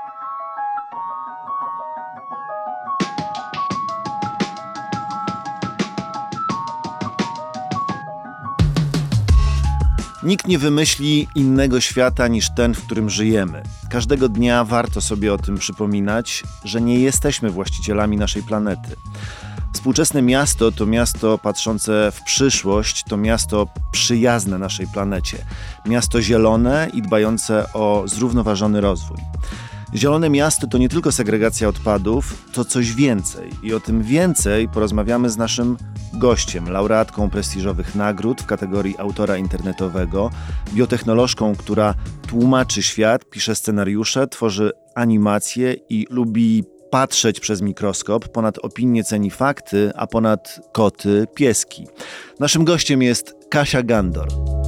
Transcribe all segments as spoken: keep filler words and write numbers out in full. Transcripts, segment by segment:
Nikt nie wymyśli innego świata niż ten, w którym żyjemy. Każdego dnia warto sobie o tym przypominać, że nie jesteśmy właścicielami naszej planety. Współczesne miasto to miasto patrzące w przyszłość, to miasto przyjazne naszej planecie. Miasto zielone i dbające o zrównoważony rozwój. Zielone miasto to nie tylko segregacja odpadów, to coś więcej. I o tym więcej porozmawiamy z naszym gościem, laureatką prestiżowych nagród w kategorii autora internetowego, biotechnolożką, która tłumaczy świat, pisze scenariusze, tworzy animacje i lubi patrzeć przez mikroskop, ponad opinię ceni fakty, a ponad koty pieski. Naszym gościem jest Kasia Gandor.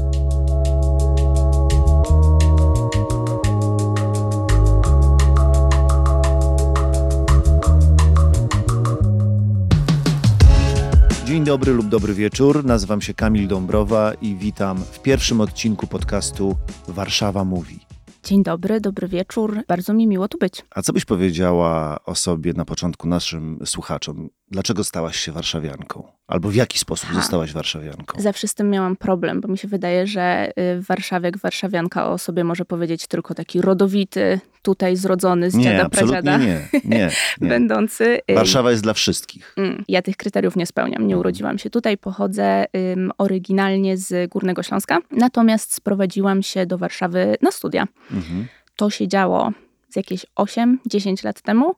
Dzień dobry lub dobry wieczór, nazywam się Kamil Dąbrowa i witam w pierwszym odcinku podcastu Warszawa Mówi. Dzień dobry, dobry wieczór, bardzo mi miło tu być. A co byś powiedziała o sobie na początku naszym słuchaczom? Dlaczego stałaś się warszawianką? Albo w jaki sposób ha. zostałaś warszawianką? Zawsze z tym miałam problem, bo mi się wydaje, że warszawiak, warszawianka o sobie może powiedzieć tylko taki rodowity, tutaj zrodzony z nie, dziada, absolutnie pradziada. Nie, nie, nie. Będący. Warszawa jest dla wszystkich. Ja tych kryteriów nie spełniam. Nie urodziłam się tutaj, pochodzę um, oryginalnie z Górnego Śląska, natomiast sprowadziłam się do Warszawy na studia. Mhm. To się działo z jakieś osiem dziesięć lat temu.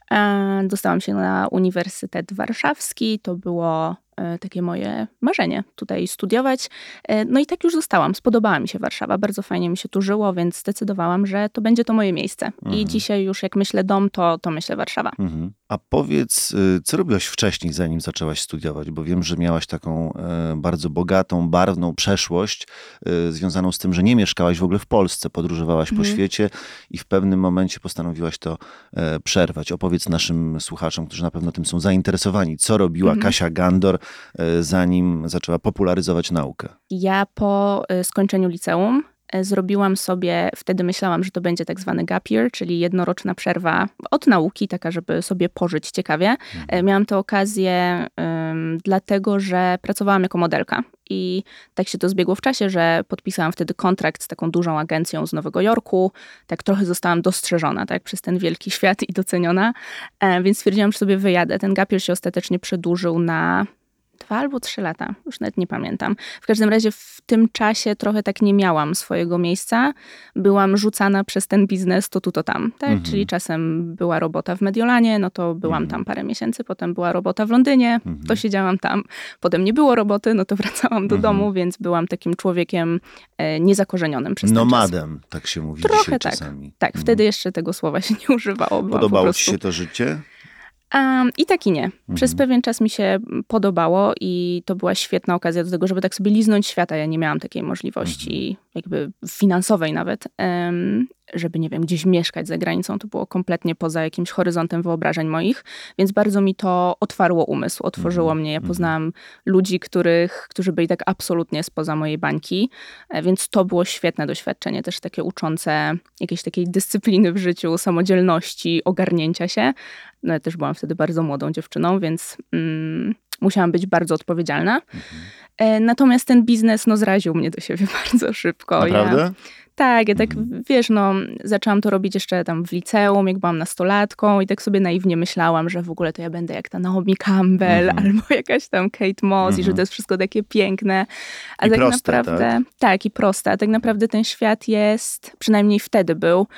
E, dostałam się na Uniwersytet Warszawski. To było e, takie moje marzenie, tutaj studiować. E, no i tak już zostałam. Spodobała mi się Warszawa. Bardzo fajnie mi się tu żyło, więc zdecydowałam, że to będzie to moje miejsce. Mhm. I dzisiaj już jak myślę dom, to, to myślę Warszawa. Mhm. A powiedz, co robiłaś wcześniej, zanim zaczęłaś studiować? Bo wiem, że miałaś taką e, bardzo bogatą, barwną przeszłość e, związaną z tym, że nie mieszkałaś w ogóle w Polsce, podróżowałaś mhm. po świecie i w pewnym momencie postanowiłaś to e, przerwać. Opowiedz naszym słuchaczom, którzy na pewno tym są zainteresowani, co robiła mhm. Kasia Gandor, e, zanim zaczęła popularyzować naukę. Ja po e, skończeniu liceum zrobiłam sobie, wtedy myślałam, że to będzie tak zwany gap year, czyli jednoroczna przerwa od nauki, taka, żeby sobie pożyć ciekawie. Mhm. Miałam tę okazję um, dlatego, że pracowałam jako modelka i tak się to zbiegło w czasie, że podpisałam wtedy kontrakt z taką dużą agencją z Nowego Jorku. Tak trochę zostałam dostrzeżona tak, przez ten wielki świat i doceniona, e, więc stwierdziłam, że sobie wyjadę. Ten gap year się ostatecznie przedłużył na Dwa albo trzy lata, już nawet nie pamiętam. W każdym razie w tym czasie trochę tak nie miałam swojego miejsca. Byłam rzucana przez ten biznes to tu, to tam. Tak? Mhm. Czyli czasem była robota w Mediolanie, no to byłam mhm. tam parę miesięcy. Potem była robota w Londynie, mhm. to siedziałam tam. Potem nie było roboty, no to wracałam do mhm. domu, więc byłam takim człowiekiem e, niezakorzenionym przez ten czas. Nomadem, tak się mówi trochę dzisiaj tak. czasami. Tak, mhm. wtedy jeszcze tego słowa się nie używało. Podobało prostu... ci się to życie? Um, I tak i nie. Przez mhm. pewien czas mi się podobało i to była świetna okazja do tego, żeby tak sobie liznąć świata. Ja nie miałam takiej możliwości mhm. jakby finansowej nawet, um, żeby, nie wiem, gdzieś mieszkać za granicą. To było kompletnie poza jakimś horyzontem wyobrażeń moich, więc bardzo mi to otwarło umysł, otworzyło mhm. mnie. Ja poznałam mhm. ludzi, których, którzy byli tak absolutnie spoza mojej bańki, więc to było świetne doświadczenie, też takie uczące jakiejś takiej dyscypliny w życiu, samodzielności, ogarnięcia się. No ja też byłam wtedy bardzo młodą dziewczyną, więc mm, musiałam być bardzo odpowiedzialna. Mhm. E, natomiast ten biznes no zraził mnie do siebie bardzo szybko. Naprawdę? Ja, tak, ja tak, mhm. wiesz, no zaczęłam to robić jeszcze tam w liceum, jak byłam nastolatką i tak sobie naiwnie myślałam, że w ogóle to ja będę jak ta Naomi Campbell mhm. albo jakaś tam Kate Moss mhm. i że to jest wszystko takie piękne. A I tak proste, naprawdę, tak? tak, i proste. A tak naprawdę ten świat jest, przynajmniej wtedy był,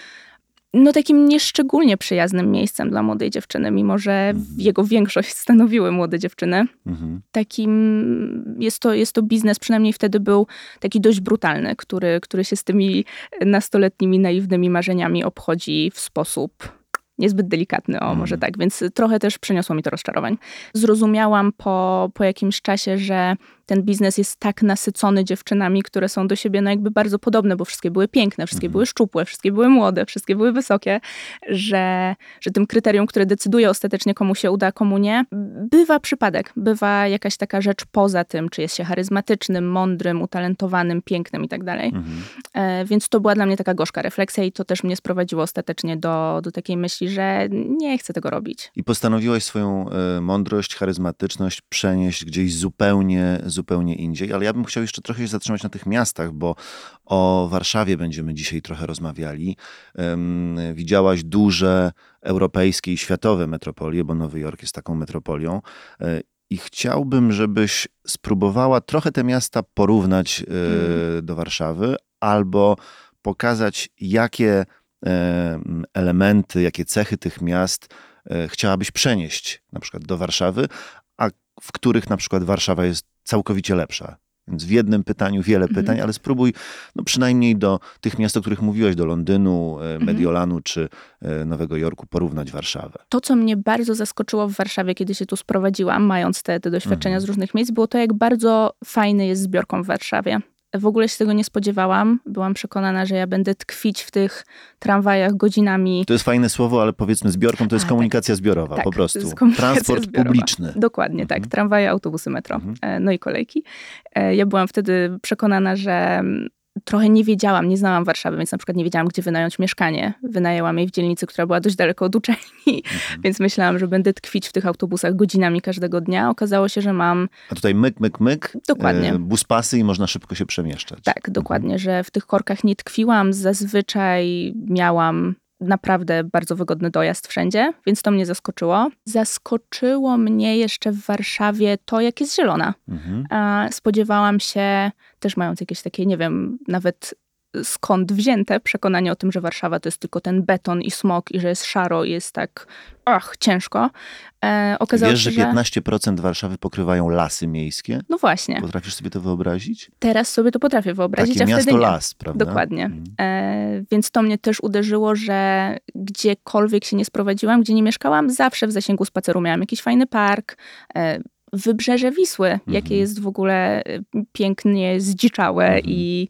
no takim nieszczególnie przyjaznym miejscem dla młodej dziewczyny, mimo że mhm. jego większość stanowiły młode dziewczyny. Mhm. Takim, jest to, jest to biznes, przynajmniej wtedy był taki dość brutalny, który, który się z tymi nastoletnimi, naiwnymi marzeniami obchodzi w sposób niezbyt delikatny, o mhm. może tak, więc trochę też przyniosło mi to rozczarowań. Zrozumiałam po, po jakimś czasie, że ten biznes jest tak nasycony dziewczynami, które są do siebie no jakby bardzo podobne, bo wszystkie były piękne, wszystkie mhm. były szczupłe, wszystkie były młode, wszystkie były wysokie, że, że tym kryterium, które decyduje ostatecznie komu się uda, komu nie, bywa przypadek, bywa jakaś taka rzecz poza tym, czy jest się charyzmatycznym, mądrym, utalentowanym, pięknym i tak dalej. Mhm. E, więc to była dla mnie taka gorzka refleksja i to też mnie sprowadziło ostatecznie do, do takiej myśli, że nie chcę tego robić. I postanowiłaś swoją y, mądrość, charyzmatyczność przenieść gdzieś zupełnie, zupełnie indziej, ale ja bym chciał jeszcze trochę się zatrzymać na tych miastach, bo o Warszawie będziemy dzisiaj trochę rozmawiali. Um, widziałaś duże europejskie i światowe metropolie, bo Nowy Jork jest taką metropolią. Y, I chciałbym, żebyś spróbowała trochę te miasta porównać y, mm. do Warszawy, albo pokazać, jakie y, elementy, jakie cechy tych miast y, chciałabyś przenieść na przykład do Warszawy, a w których na przykład Warszawa jest całkowicie lepsza. Więc w jednym pytaniu wiele pytań, mhm. ale spróbuj no przynajmniej do tych miast, o których mówiłaś, do Londynu, Mediolanu mhm. czy Nowego Jorku porównać Warszawę. To, co mnie bardzo zaskoczyło w Warszawie, kiedy się tu sprowadziłam, mając te, te doświadczenia mhm. z różnych miejsc, było to, jak bardzo fajny jest zbiorką w Warszawie. W ogóle się tego nie spodziewałam. Byłam przekonana, że ja będę tkwić w tych tramwajach godzinami. To jest fajne słowo, ale powiedzmy zbiorką to jest A, komunikacja tak. zbiorowa, tak, po prostu. Transport zbiorowa. Publiczny. Dokładnie, mhm. tak. Tramwaje, autobusy, metro. Mhm. No i kolejki. Ja byłam wtedy przekonana, że trochę nie wiedziałam, nie znałam Warszawy, więc na przykład nie wiedziałam, gdzie wynająć mieszkanie. Wynajęłam jej w dzielnicy, która była dość daleko od uczelni, mhm. więc myślałam, że będę tkwić w tych autobusach godzinami każdego dnia. Okazało się, że mam... A tutaj myk, myk, myk. Dokładnie. E, buspasy i można szybko się przemieszczać. Tak, dokładnie, mhm. że w tych korkach nie tkwiłam. Zazwyczaj miałam naprawdę bardzo wygodny dojazd wszędzie, więc to mnie zaskoczyło. Zaskoczyło mnie jeszcze w Warszawie to, jak jest zielona. Mhm. Spodziewałam się, też mając jakieś takie, nie wiem, nawet skąd wzięte przekonanie o tym, że Warszawa to jest tylko ten beton i smog i że jest szaro i jest tak, ach, ciężko. E, okazało Wiesz, się, że piętnaście procent Warszawy pokrywają lasy miejskie? No właśnie. Potrafisz sobie to wyobrazić? Teraz sobie to potrafię wyobrazić, Takie a miasto wtedy nie. las, prawda? Dokładnie. Mhm. E, więc to mnie też uderzyło, że gdziekolwiek się nie sprowadziłam, gdzie nie mieszkałam, zawsze w zasięgu spaceru miałam jakiś fajny park, e, wybrzeże Wisły, mhm. jakie jest w ogóle pięknie zdziczałe mhm. i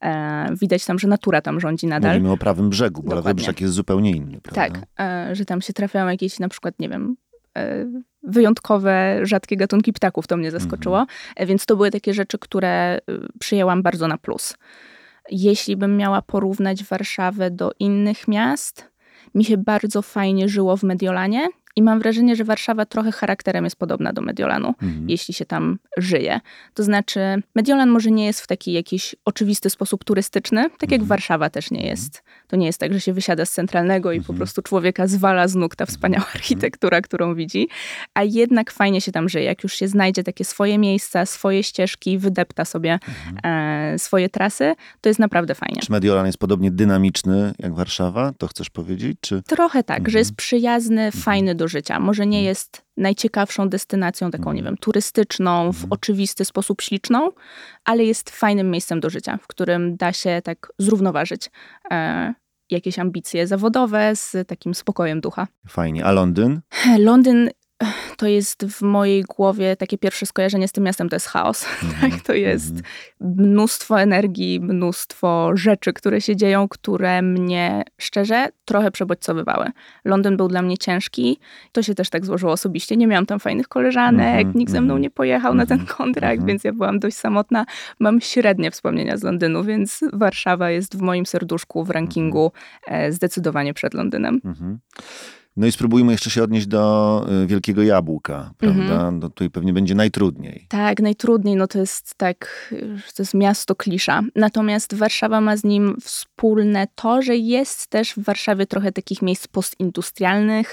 E, widać tam, że natura tam rządzi nadal. Mówimy o prawym brzegu, bo lewy brzeg jest zupełnie inny, prawda? Tak, e, że tam się trafiają jakieś na przykład, nie wiem, e, wyjątkowe, rzadkie gatunki ptaków, to mnie zaskoczyło. Mhm. E, więc to były takie rzeczy, które przyjęłam bardzo na plus. Jeśli bym miała porównać Warszawę do innych miast, mi się bardzo fajnie żyło w Mediolanie. I mam wrażenie, że Warszawa trochę charakterem jest podobna do Mediolanu, mhm. jeśli się tam żyje. To znaczy, Mediolan może nie jest w taki jakiś oczywisty sposób turystyczny, tak mhm. jak Warszawa też nie jest. To nie jest tak, że się wysiada z centralnego i mhm. po prostu człowieka zwala z nóg ta wspaniała architektura, którą widzi. A jednak fajnie się tam żyje. Jak już się znajdzie takie swoje miejsca, swoje ścieżki, wydepta sobie mhm. e, swoje trasy, to jest naprawdę fajnie. Czy Mediolan jest podobnie dynamiczny jak Warszawa? To chcesz powiedzieć? Czy... Trochę tak, mhm. że jest przyjazny, mhm. fajny do życia. Może nie jest najciekawszą destynacją, taką, nie wiem, turystyczną, w oczywisty sposób śliczną, ale jest fajnym miejscem do życia, w którym da się tak zrównoważyć e, jakieś ambicje zawodowe z takim spokojem ducha. Fajnie. A Londyn? Londyn to jest w mojej głowie takie pierwsze skojarzenie z tym miastem, to jest chaos. Mm-hmm. Tak? To jest mm-hmm. mnóstwo energii, mnóstwo rzeczy, które się dzieją, które mnie szczerze trochę przebodźcowywały. Londyn był dla mnie ciężki. To się też tak złożyło osobiście. Nie miałam tam fajnych koleżanek, mm-hmm. nikt ze mną nie pojechał mm-hmm. na ten kontrakt, mm-hmm. więc ja byłam dość samotna. Mam średnie wspomnienia z Londynu, więc Warszawa jest w moim serduszku w rankingu mm-hmm. zdecydowanie przed Londynem. Mm-hmm. No i spróbujmy jeszcze się odnieść do Wielkiego Jabłka, prawda? Mhm. No tutaj pewnie będzie najtrudniej. Tak, najtrudniej, no to jest tak, to jest miasto klisza. Natomiast Warszawa ma z nim wspólne to, że jest też w Warszawie trochę takich miejsc postindustrialnych,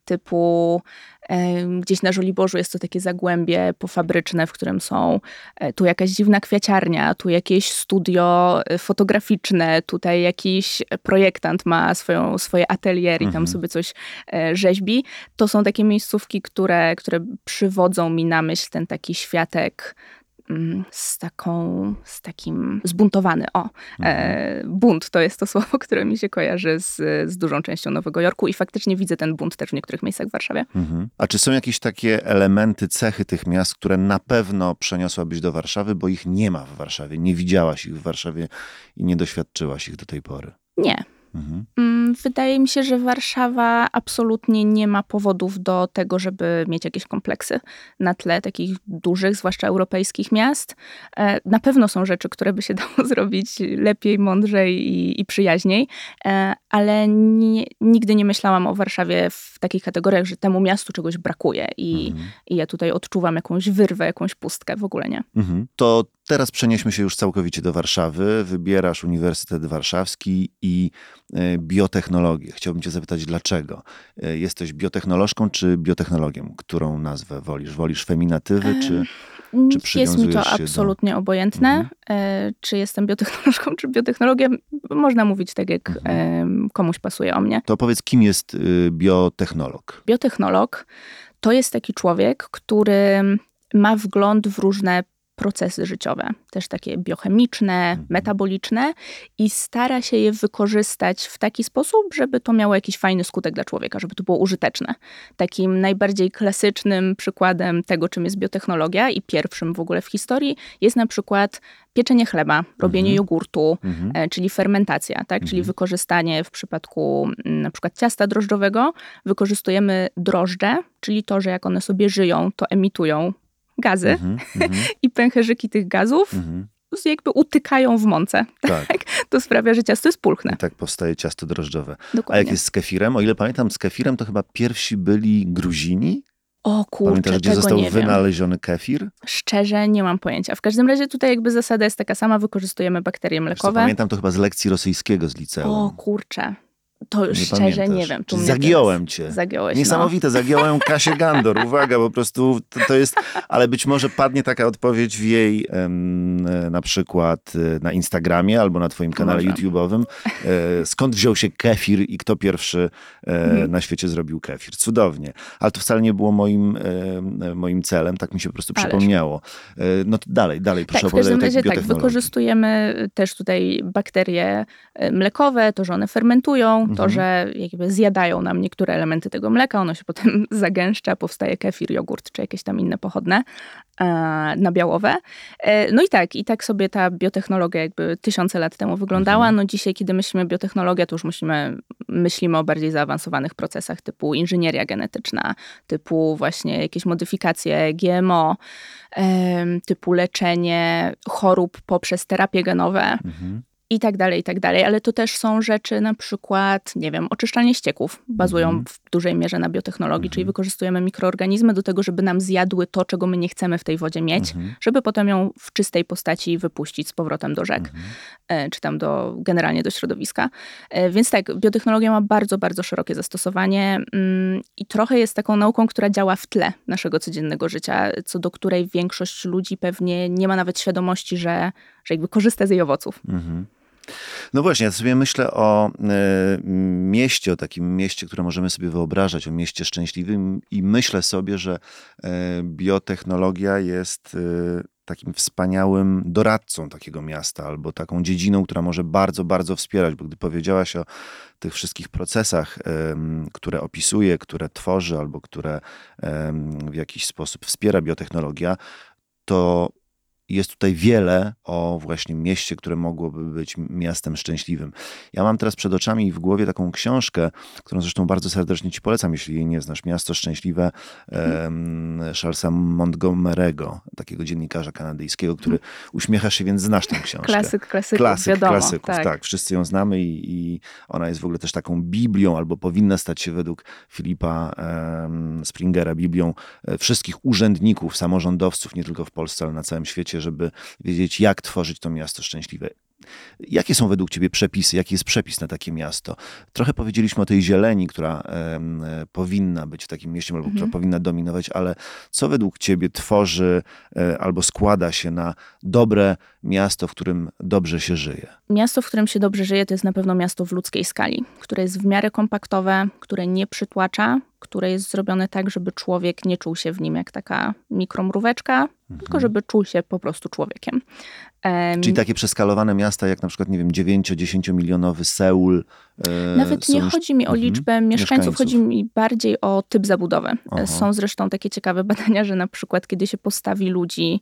typu e, gdzieś na Żoliborzu jest to takie zagłębie pofabryczne, w którym są e, tu jakaś dziwna kwiaciarnia, tu jakieś studio fotograficzne, tutaj jakiś projektant ma swoją, swoje atelier i mhm. tam sobie coś e, rzeźbi. To są takie miejscówki, które, które przywodzą mi na myśl ten taki światek z taką, z takim zbuntowany, o, mhm. e, bunt to jest to słowo, które mi się kojarzy z, z dużą częścią Nowego Jorku i faktycznie widzę ten bunt też w niektórych miejscach w Warszawie. Mhm. A czy są jakieś takie elementy, cechy tych miast, które na pewno przeniosłabyś do Warszawy, bo ich nie ma w Warszawie, nie widziałaś ich w Warszawie i nie doświadczyłaś ich do tej pory? Nie. Mhm. Wydaje mi się, że Warszawa absolutnie nie ma powodów do tego, żeby mieć jakieś kompleksy na tle takich dużych, zwłaszcza europejskich miast. Na pewno są rzeczy, które by się dało zrobić lepiej, mądrzej i, i przyjaźniej, ale nie, nigdy nie myślałam o Warszawie w takich kategoriach, że temu miastu czegoś brakuje i, mhm. i ja tutaj odczuwam jakąś wyrwę, jakąś pustkę, w ogóle nie. Mhm. To teraz przenieśmy się już całkowicie do Warszawy. Wybierasz Uniwersytet Warszawski i biotechnologię. Chciałbym cię zapytać, dlaczego? Jesteś biotechnolożką czy biotechnologiem? Którą nazwę wolisz? Wolisz feminatywy, czy, czy przywiązujesz Jest mi to się absolutnie do... obojętne. Mhm. Czy jestem biotechnolożką, czy biotechnologiem? Można mówić tak, jak mhm. komuś pasuje o mnie. To powiedz, kim jest biotechnolog? Biotechnolog to jest taki człowiek, który ma wgląd w różne procesy życiowe, też takie biochemiczne, metaboliczne i stara się je wykorzystać w taki sposób, żeby to miało jakiś fajny skutek dla człowieka, żeby to było użyteczne. Takim najbardziej klasycznym przykładem tego, czym jest biotechnologia i pierwszym w ogóle w historii jest na przykład pieczenie chleba, robienie mhm. jogurtu, mhm. e, czyli fermentacja, tak? Mhm. Czyli wykorzystanie w przypadku m, na przykład ciasta drożdżowego, wykorzystujemy drożdże, czyli to, że jak one sobie żyją, to emitują gazy mm-hmm, mm-hmm. i pęcherzyki tych gazów mm-hmm. jakby utykają w mące. Tak. Tak? To sprawia, że ciasto jest pulchne. I tak powstaje ciasto drożdżowe. Dokładnie. A jak jest z kefirem? O ile pamiętam, z kefirem to chyba pierwsi byli Gruzini. O kurczę, Pamiętasz, gdzie tego został nie wynaleziony wiem. kefir? Szczerze nie mam pojęcia. W każdym razie tutaj jakby zasada jest taka sama, wykorzystujemy bakterie mlekowe. Co, pamiętam to chyba z lekcji rosyjskiego z liceum. O kurczę. To już nie szczerze pamiętasz. nie wiem. Tu Zagiąłem cię. Zagiąłeś, Niesamowite, no. Zagiąłem Kasię Gandor. Uwaga, po prostu to, to jest... Ale być może padnie taka odpowiedź w jej em, na przykład na Instagramie albo na twoim kanale może. YouTube'owym. E, skąd wziął się kefir i kto pierwszy e, mhm. na świecie zrobił kefir. Cudownie. Ale to wcale nie było moim, e, moim celem. Tak mi się po prostu Ależ. przypomniało. E, no to dalej, dalej. Proszę tak, w każdym razie tak, wykorzystujemy też tutaj bakterie mlekowe, to, że one fermentują, to, że jakby zjadają nam niektóre elementy tego mleka, ono się potem zagęszcza, powstaje kefir, jogurt, czy jakieś tam inne pochodne e, nabiałowe. E, no i tak, i tak sobie ta biotechnologia jakby tysiące lat temu wyglądała. Mhm. No dzisiaj, kiedy myślimy biotechnologia, to już myślimy, myślimy o bardziej zaawansowanych procesach typu inżynieria genetyczna, typu właśnie jakieś modyfikacje G M O, e, typu leczenie chorób poprzez terapie genowe. Mhm. I tak dalej, i tak dalej, ale to też są rzeczy na przykład, nie wiem, oczyszczanie ścieków bazują mm. w dużej mierze na biotechnologii, mm. czyli wykorzystujemy mikroorganizmy do tego, żeby nam zjadły to, czego my nie chcemy w tej wodzie mieć, mm. żeby potem ją w czystej postaci wypuścić z powrotem do rzek, mm. czy tam do, generalnie do środowiska. Więc tak, biotechnologia ma bardzo, bardzo szerokie zastosowanie i trochę jest taką nauką, która działa w tle naszego codziennego życia, co do której większość ludzi pewnie nie ma nawet świadomości, że, że jakby korzysta z jej owoców. Mm. No właśnie, ja sobie myślę o y, mieście, o takim mieście, które możemy sobie wyobrażać, o mieście szczęśliwym i myślę sobie, że y, biotechnologia jest y, takim wspaniałym doradcą takiego miasta albo taką dziedziną, która może bardzo, bardzo wspierać, bo gdy powiedziałaś o tych wszystkich procesach, y, które opisuje, które tworzy albo które y, w jakiś sposób wspiera biotechnologia, to jest tutaj wiele o właśnie mieście, które mogłoby być miastem szczęśliwym. Ja mam teraz przed oczami i w głowie taką książkę, którą zresztą bardzo serdecznie ci polecam, jeśli jej nie znasz. Miasto szczęśliwe um, Charlesa Montgomery'ego, takiego dziennikarza kanadyjskiego, który uśmiecha się, więc znasz tę książkę. Klasyk, klasyków, Klasyk, wiadomo. klasyków, tak. tak. Wszyscy ją znamy i, i ona jest w ogóle też taką Biblią, albo powinna stać się według Filipa um, Springera Biblią wszystkich urzędników, samorządowców, nie tylko w Polsce, ale na całym świecie, żeby wiedzieć, jak tworzyć to miasto szczęśliwe. Jakie są według ciebie przepisy? Jaki jest przepis na takie miasto? Trochę powiedzieliśmy o tej zieleni, która e, powinna być w takim mieście, albo mhm. która powinna dominować, ale co według ciebie tworzy e, albo składa się na dobre miasto, w którym dobrze się żyje? Miasto, w którym się dobrze żyje, to jest na pewno miasto w ludzkiej skali, które jest w miarę kompaktowe, które nie przytłacza, które jest zrobione tak, żeby człowiek nie czuł się w nim jak taka mikromróweczka, mhm. tylko żeby czuł się po prostu człowiekiem. Um, Czyli takie przeskalowane miasta, jak na przykład, nie wiem, dziewięcio-dziesięciomilionowy Seul. E, Nawet nie chodzi mi o liczbę mhm. mieszkańców, mieszkańców, chodzi mi bardziej o typ zabudowy. Aha. Są zresztą takie ciekawe badania, że na przykład kiedy się postawi ludzi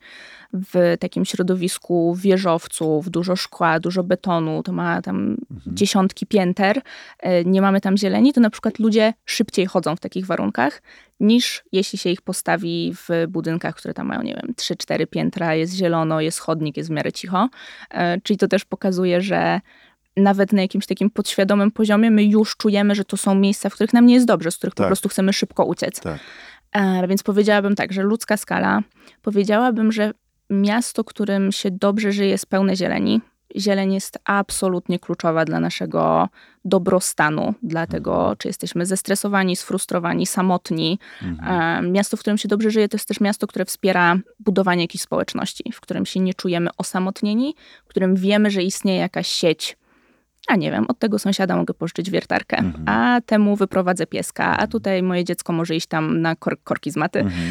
w takim środowisku wieżowców, dużo szkła, dużo betonu, to ma tam mhm. dziesiątki pięter, nie mamy tam zieleni, to na przykład ludzie szybciej chodzą w takich warunkach, niż jeśli się ich postawi w budynkach, które tam mają, nie wiem, trzy cztery piętra, jest zielono, jest chodnik, jest w miarę cicho. Czyli to też pokazuje, że nawet na jakimś takim podświadomym poziomie my już czujemy, że to są miejsca, w których nam nie jest dobrze, z których tak. po prostu chcemy szybko uciec. Tak. E, więc powiedziałabym tak, że ludzka skala, powiedziałabym, że miasto, którym się dobrze żyje, jest pełne zieleni. Zieleń jest absolutnie kluczowa dla naszego dobrostanu, dla tego, czy jesteśmy zestresowani, sfrustrowani, samotni. Mhm. Miasto, w którym się dobrze żyje, to jest też miasto, które wspiera budowanie jakiejś społeczności, w którym się nie czujemy osamotnieni, w którym wiemy, że istnieje jakaś sieć. A nie wiem, od tego sąsiada mogę pożyczyć wiertarkę, mhm. a temu wyprowadzę pieska, a tutaj moje dziecko może iść tam na kor- korki z maty. Mhm.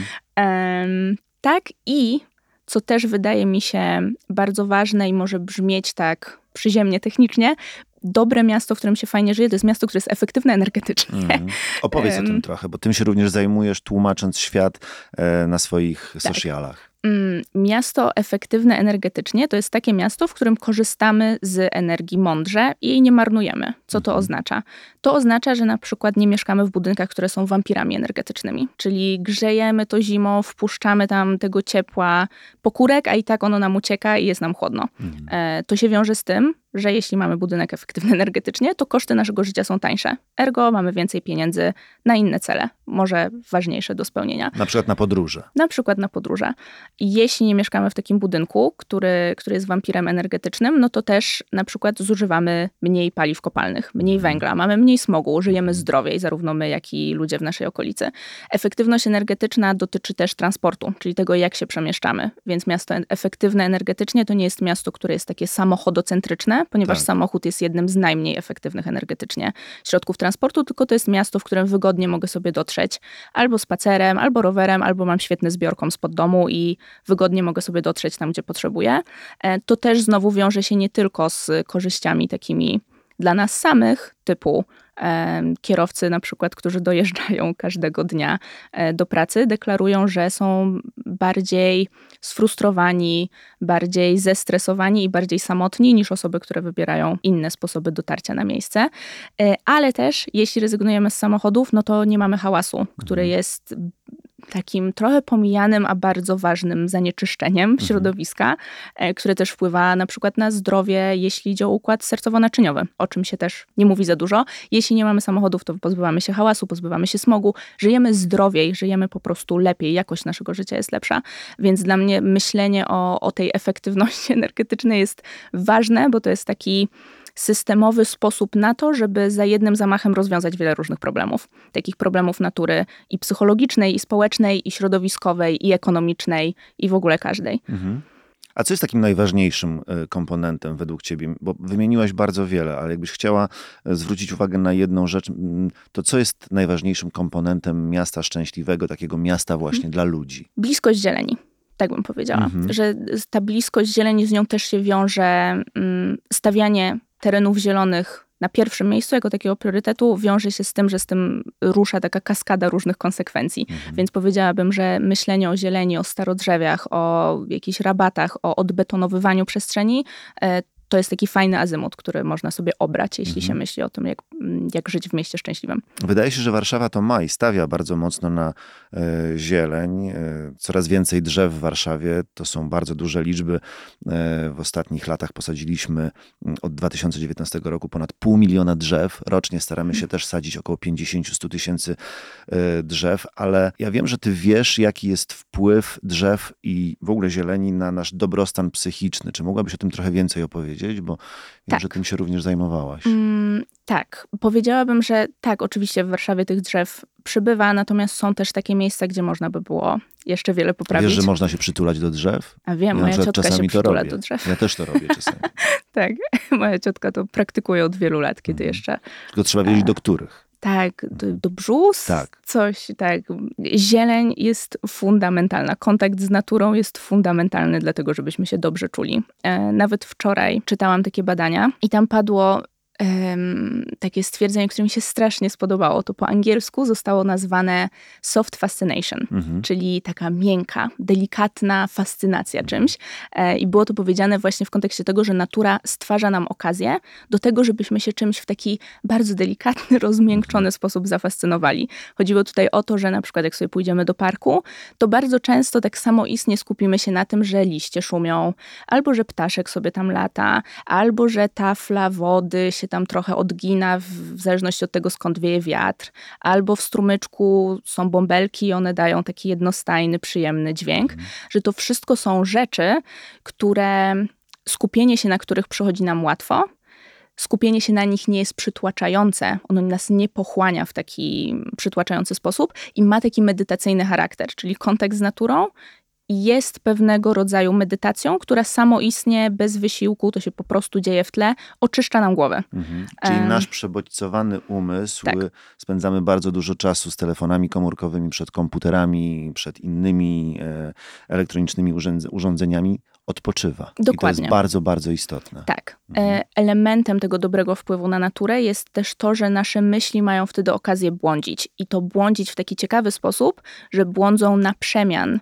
Um, tak i co też wydaje mi się bardzo ważne i może brzmieć tak przyziemnie, technicznie, dobre miasto, w którym się fajnie żyje, to jest miasto, które jest efektywne energetycznie. Mm. Opowiedz um, o tym trochę, bo tym się również zajmujesz, tłumacząc świat e, na swoich tak. socialach. Miasto efektywne energetycznie to jest takie miasto, w którym korzystamy z energii mądrze i jej nie marnujemy. Co to oznacza? To oznacza, że na przykład nie mieszkamy w budynkach, które są wampirami energetycznymi, czyli grzejemy to zimą, wpuszczamy tam tego ciepła pokórek, a i tak ono nam ucieka i jest nam chłodno. Mhm. To się wiąże z tym, że jeśli mamy budynek efektywny energetycznie, to koszty naszego życia są tańsze. Ergo mamy więcej pieniędzy na inne cele, może ważniejsze do spełnienia. Na przykład na podróże. Na przykład na podróże. Jeśli nie mieszkamy w takim budynku, który, który jest wampirem energetycznym, no to też na przykład zużywamy mniej paliw kopalnych, mniej węgla, mamy mniej smogu, żyjemy zdrowiej, zarówno my, jak i ludzie w naszej okolicy. Efektywność energetyczna dotyczy też transportu, czyli tego, jak się przemieszczamy. Więc miasto efektywne energetycznie to nie jest miasto, które jest takie samochodocentryczne, ponieważ tak. samochód jest jednym z najmniej efektywnych energetycznie środków transportu, tylko to jest miasto, w którym wygodnie mogę sobie dotrzeć albo spacerem, albo rowerem, albo mam świetny zbiorką spod domu i wygodnie mogę sobie dotrzeć tam, gdzie potrzebuję. To też znowu wiąże się nie tylko z korzyściami takimi dla nas samych, typu e, kierowcy na przykład, którzy dojeżdżają każdego dnia e, do pracy, deklarują, że są bardziej sfrustrowani, bardziej zestresowani i bardziej samotni niż osoby, które wybierają inne sposoby dotarcia na miejsce. E, ale też, jeśli rezygnujemy z samochodów, no to nie mamy hałasu, który jest takim trochę pomijanym, a bardzo ważnym zanieczyszczeniem środowiska, mhm. które też wpływa na przykład na zdrowie, jeśli idzie o układ sercowo-naczyniowy, o czym się też nie mówi za dużo. Jeśli nie mamy samochodów, to pozbywamy się hałasu, pozbywamy się smogu, żyjemy zdrowiej, żyjemy po prostu lepiej, jakość naszego życia jest lepsza, więc dla mnie myślenie o, o tej efektywności energetycznej jest ważne, bo to jest taki systemowy sposób na to, żeby za jednym zamachem rozwiązać wiele różnych problemów. Takich problemów natury i psychologicznej, i społecznej, i środowiskowej, i ekonomicznej, i w ogóle każdej. Mhm. A co jest takim najważniejszym komponentem według ciebie? Bo wymieniłaś bardzo wiele, ale jakbyś chciała zwrócić uwagę na jedną rzecz, to co jest najważniejszym komponentem miasta szczęśliwego, takiego miasta właśnie mhm. dla ludzi? Bliskość zieleni. Tak bym powiedziała, mhm. że ta bliskość zieleni, z nią też się wiąże um, stawianie terenów zielonych na pierwszym miejscu jako takiego priorytetu wiąże się z tym, że z tym rusza taka kaskada różnych konsekwencji. Mhm. Więc powiedziałabym, że myślenie o zieleni, o starodrzewiach, o jakichś rabatach, o odbetonowywaniu przestrzeni, to jest taki fajny azymut, który można sobie obrać, jeśli mhm. się myśli o tym, jak, jak żyć w mieście szczęśliwym. Wydaje się, że Warszawa to ma i stawia bardzo mocno na e, zieleń. E, coraz więcej drzew w Warszawie. To są bardzo duże liczby. E, w ostatnich latach posadziliśmy od dwa tysiące dziewiętnastego roku ponad pół miliona drzew. Rocznie staramy się mhm. też sadzić około pięćdziesiąt do stu tysięcy e, drzew, ale ja wiem, że ty wiesz, jaki jest wpływ drzew i w ogóle zieleni na nasz dobrostan psychiczny. Czy mogłabyś o tym trochę więcej opowiedzieć? Bo wiem, tak. że tym się również zajmowałaś. Mm, tak. Powiedziałabym, że tak, oczywiście w Warszawie tych drzew przybywa, natomiast są też takie miejsca, gdzie można by było jeszcze wiele poprawić. Wiesz, że można się przytulać do drzew? A wiem, ja moja ciotka się przytula do drzew. Ja też to robię czasami. Tak, moja ciotka to praktykuje od wielu lat, kiedy mhm. jeszcze... Tylko trzeba wiedzieć, do których. Tak, do, do brzus, tak. coś, tak. Zieleń jest fundamentalna. Kontakt z naturą jest fundamentalny dla tego, żebyśmy się dobrze czuli. E, nawet wczoraj czytałam takie badania i tam padło Um, takie stwierdzenie, które mi się strasznie spodobało. To po angielsku zostało nazwane soft fascination, mhm. czyli taka miękka, delikatna fascynacja czymś. E, I było to powiedziane właśnie w kontekście tego, że natura stwarza nam okazję do tego, żebyśmy się czymś w taki bardzo delikatny, rozmiękczony mhm. sposób zafascynowali. Chodziło tutaj o to, że na przykład jak sobie pójdziemy do parku, to bardzo często tak samoistnie skupimy się na tym, że liście szumią, albo że ptaszek sobie tam lata, albo że tafla wody się tam trochę odgina w, w zależności od tego, skąd wieje wiatr. Albo w strumyczku są bąbelki i one dają taki jednostajny, przyjemny dźwięk. Mhm. Że to wszystko są rzeczy, które skupienie się na których przychodzi nam łatwo. Skupienie się na nich nie jest przytłaczające. Ono nas nie pochłania w taki przytłaczający sposób i ma taki medytacyjny charakter, czyli kontakt z naturą jest pewnego rodzaju medytacją, która samoistnie, bez wysiłku, to się po prostu dzieje w tle, oczyszcza nam głowę. Mhm. Czyli um, nasz przebodźcowany umysł, tak. spędzamy bardzo dużo czasu z telefonami komórkowymi, przed komputerami, przed innymi e, elektronicznymi urząd- urządzeniami, odpoczywa. Dokładnie. I to jest bardzo, bardzo istotne. Tak. Mhm. Elementem tego dobrego wpływu na naturę jest też to, że nasze myśli mają wtedy okazję błądzić. I to błądzić w taki ciekawy sposób, że błądzą na przemian,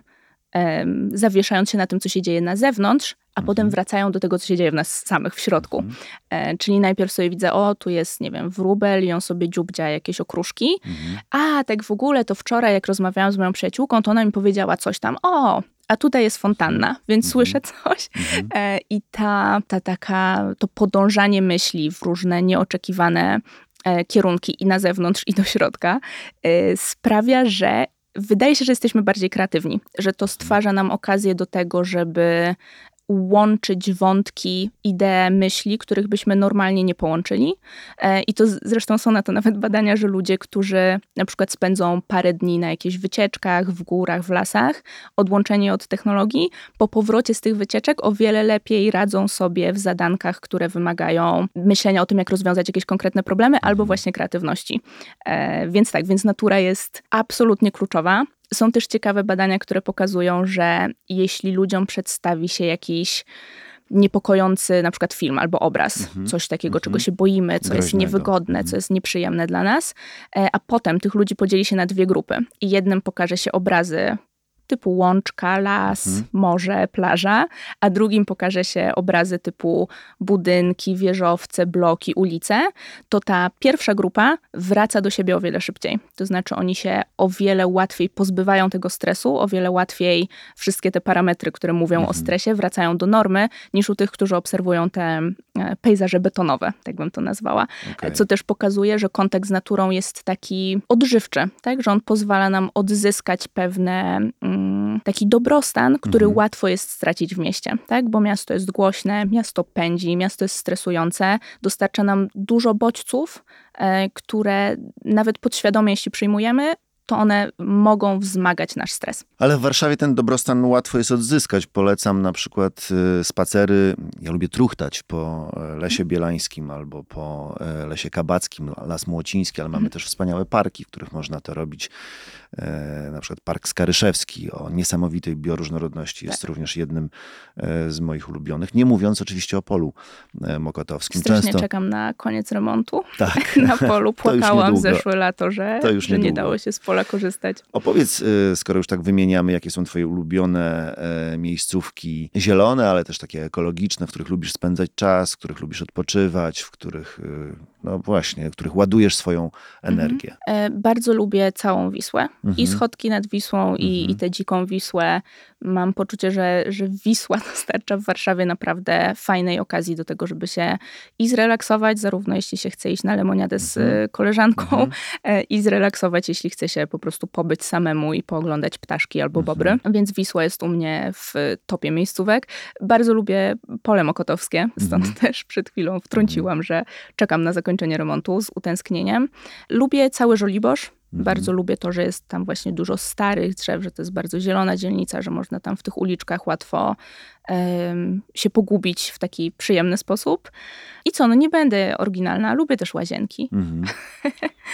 um, zawieszając się na tym, co się dzieje na zewnątrz, a mhm. potem wracają do tego, co się dzieje w nas samych w środku. Mhm. E, czyli najpierw sobie widzę, o, tu jest, nie wiem, wróbel i on sobie dziubdzia jakieś okruszki. Mhm. A, tak w ogóle to wczoraj, jak rozmawiałam z moją przyjaciółką, to ona mi powiedziała coś tam, o, a tutaj jest fontanna, więc mhm. słyszę coś. Mhm. E, I ta, ta taka, to podążanie myśli w różne nieoczekiwane e, kierunki i na zewnątrz, i do środka e, sprawia, że wydaje się, że jesteśmy bardziej kreatywni, że to stwarza nam okazję do tego, żeby łączyć wątki, idee, myśli, których byśmy normalnie nie połączyli. I to zresztą są na to nawet badania, że ludzie, którzy na przykład spędzą parę dni na jakichś wycieczkach, w górach, w lasach, odłączeni od technologii, po powrocie z tych wycieczek o wiele lepiej radzą sobie w zadankach, które wymagają myślenia o tym, jak rozwiązać jakieś konkretne problemy, albo właśnie kreatywności. Więc tak, więc natura jest absolutnie kluczowa. Są też ciekawe badania, które pokazują, że jeśli ludziom przedstawi się jakiś niepokojący na przykład film albo obraz, mhm. coś takiego, mhm. czego się boimy, co Groźnego. jest niewygodne, mhm. co jest nieprzyjemne dla nas, a potem tych ludzi podzieli się na dwie grupy i jednym pokaże się obrazy typu łączka, las, mhm. morze, plaża, a drugim pokaże się obrazy typu budynki, wieżowce, bloki, ulice, to ta pierwsza grupa wraca do siebie o wiele szybciej. To znaczy oni się o wiele łatwiej pozbywają tego stresu, o wiele łatwiej wszystkie te parametry, które mówią mhm. o stresie, wracają do normy, niż u tych, którzy obserwują te pejzaże betonowe, tak bym to nazwała. Okay. Co też pokazuje, że kontakt z naturą jest taki odżywczy, tak? Że on pozwala nam odzyskać pewne taki dobrostan, który mhm. łatwo jest stracić w mieście, tak? Bo miasto jest głośne, miasto pędzi, miasto jest stresujące, dostarcza nam dużo bodźców, e, które nawet podświadomie, jeśli przyjmujemy, to one mogą wzmagać nasz stres. Ale w Warszawie ten dobrostan łatwo jest odzyskać. Polecam na przykład spacery, ja lubię truchtać po Lesie Bielańskim albo po Lesie Kabackim, Las Młociński, ale mamy też wspaniałe parki, w których można to robić. Na przykład Park Skaryszewski o niesamowitej bioróżnorodności jest tak. również jednym z moich ulubionych. Nie mówiąc oczywiście o Polu Mokotowskim. Strasznie Często... czekam na koniec remontu. Tak. Na Polu płakałam zeszłe lato, że, to już że nie dało się z pola korzystać. Opowiedz, skoro już tak wymieniamy, jakie są twoje ulubione miejscówki zielone, ale też takie ekologiczne, w których lubisz spędzać czas, w których lubisz odpoczywać, w których, no właśnie, w których ładujesz swoją energię. Mhm. Bardzo lubię całą Wisłę. Mhm. I schodki nad Wisłą, mhm. i, i tę dziką Wisłę. Mam poczucie, że, że Wisła dostarcza w Warszawie naprawdę fajnej okazji do tego, żeby się i zrelaksować, zarówno jeśli się chce iść na lemoniadę z mhm. koleżanką, mhm. i zrelaksować, jeśli chce się po prostu pobyć samemu i pooglądać ptaszki albo bobry. Mhm. Więc Wisła jest u mnie w topie miejscówek. Bardzo lubię Pole Mokotowskie, stąd mhm. też przed chwilą wtrąciłam, że czekam na zakończenie remontu z utęsknieniem. Lubię cały Żoliborz. Bardzo mhm. lubię to, że jest tam właśnie dużo starych drzew, że to jest bardzo zielona dzielnica, że można tam w tych uliczkach łatwo um, się pogubić w taki przyjemny sposób. I co, no nie będę oryginalna, lubię też łazienki. Mhm.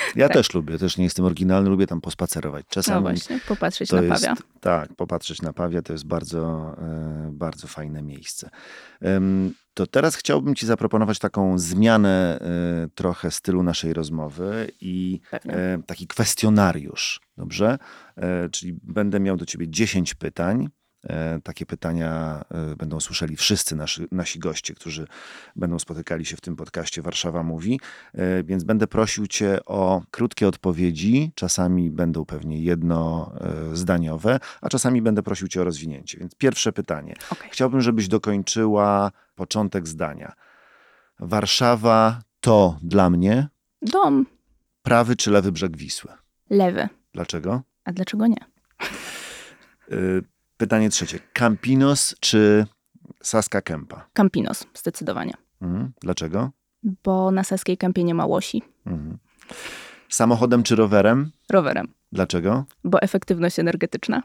Ja tak. też lubię, też nie jestem oryginalny, lubię tam pospacerować. Czasami no właśnie, popatrzeć to na jest, Pawia. Tak, popatrzeć na Pawia to jest bardzo, e, bardzo fajne miejsce. Ym, to teraz chciałbym ci zaproponować taką zmianę e, trochę stylu naszej rozmowy i e, taki kwestionariusz, dobrze? E, czyli będę miał do ciebie dziesięć pytań. Takie pytania będą słyszeli wszyscy nasi, nasi goście, którzy będą spotykali się w tym podcaście Warszawa Mówi, więc będę prosił cię o krótkie odpowiedzi, czasami będą pewnie jednozdaniowe, a czasami będę prosił cię o rozwinięcie. Więc pierwsze pytanie. Okay. Chciałbym, żebyś dokończyła początek zdania. Warszawa to dla mnie dom. Prawy czy lewy brzeg Wisły? Lewy. Dlaczego? A dlaczego nie? Y- Pytanie trzecie. Campinos czy Saska Kępa? Campinos, zdecydowanie. Mhm. Dlaczego? Bo na Saskiej Kępie nie ma łosi. Mhm. Samochodem czy rowerem? Rowerem. Dlaczego? Bo efektywność energetyczna.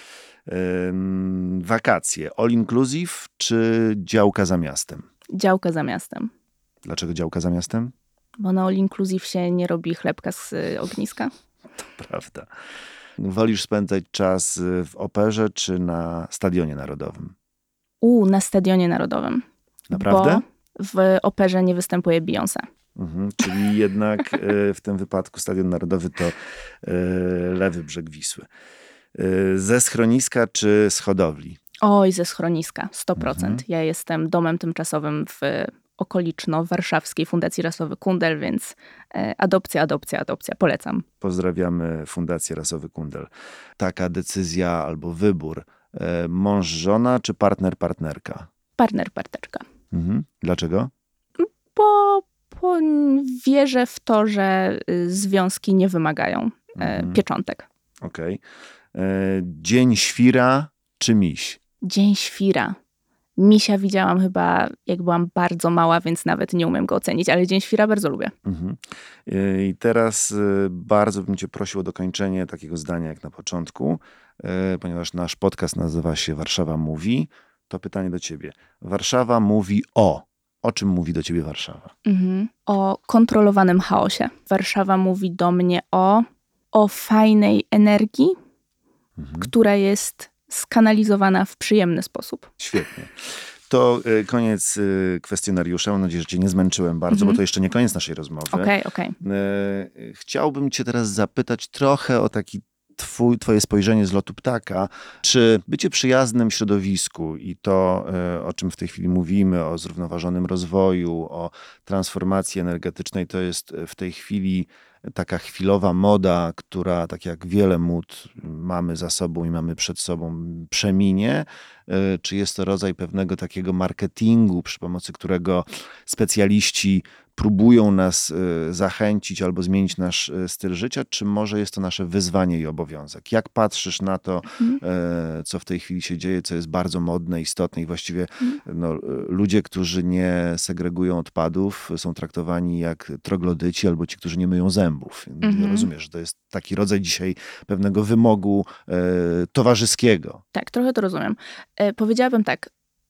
Ym, wakacje. All inclusive czy działka za miastem? Działka za miastem. Dlaczego działka za miastem? Bo na all inclusive się nie robi chlebka z ogniska. To prawda. Wolisz spędzać czas w operze czy na Stadionie Narodowym? U, na Stadionie Narodowym. Naprawdę? Bo w operze nie występuje Beyoncé. Mhm, czyli jednak w tym wypadku Stadion Narodowy to lewy brzeg Wisły. Ze schroniska czy z hodowli? Oj, ze schroniska, sto procent. Mhm. Ja jestem domem tymczasowym w okoliczno-warszawskiej Fundacji Rasowy Kundel, więc adopcja, adopcja, adopcja. Polecam. Pozdrawiamy Fundację Rasowy Kundel. Taka decyzja albo wybór. Mąż, żona czy partner, partnerka? Partner, partnerka. Mhm. Dlaczego? Bo, bo wierzę w to, że związki nie wymagają mhm. pieczątek. Okej. Okay. Dzień świra czy miś? Dzień świra. Misia widziałam chyba, jak byłam bardzo mała, więc nawet nie umiem go ocenić, ale Dzień Świra bardzo lubię. Mhm. I teraz bardzo bym cię prosił o dokończenie takiego zdania jak na początku, ponieważ nasz podcast nazywa się Warszawa Mówi. To pytanie do ciebie. Warszawa mówi o. O czym mówi do ciebie Warszawa? Mhm. O kontrolowanym chaosie. Warszawa mówi do mnie o, o fajnej energii, mhm. która jest skanalizowana w przyjemny sposób. Świetnie. To y, koniec y, kwestionariusza. Mam nadzieję, że cię nie zmęczyłem bardzo, mm-hmm. bo to jeszcze nie koniec naszej rozmowy. Okej, okay, okej. Okay. Y, chciałbym cię teraz zapytać trochę o taki twój, twoje spojrzenie z lotu ptaka. Czy bycie przyjaznym środowisku i to, y, o czym w tej chwili mówimy, o zrównoważonym rozwoju, o transformacji energetycznej, to jest w tej chwili taka chwilowa moda, która, tak jak wiele mód mamy za sobą i mamy przed sobą, przeminie? Czy jest to rodzaj pewnego takiego marketingu, przy pomocy którego specjaliści próbują nas zachęcić albo zmienić nasz styl życia, czy może jest to nasze wyzwanie i obowiązek? Jak patrzysz na to, mhm. co w tej chwili się dzieje, co jest bardzo modne, istotne i właściwie mhm. no, ludzie, którzy nie segregują odpadów, są traktowani jak troglodyci albo ci, którzy nie myją zębów. Mhm. Rozumiesz, że to jest taki rodzaj dzisiaj pewnego wymogu e, towarzyskiego. Tak, trochę to rozumiem. E, powiedziałabym tak,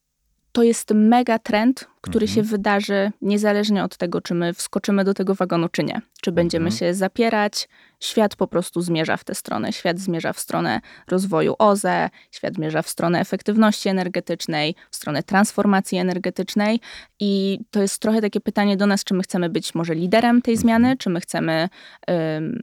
to jest mega trend, który mhm. się wydarzy niezależnie od tego, czy my wskoczymy do tego wagonu, czy nie. Czy będziemy mhm. się zapierać. Świat po prostu zmierza w tę stronę. Świat zmierza w stronę rozwoju O Z E, świat zmierza w stronę efektywności energetycznej, w stronę transformacji energetycznej i to jest trochę takie pytanie do nas, czy my chcemy być może liderem tej zmiany, mhm. czy my chcemy um,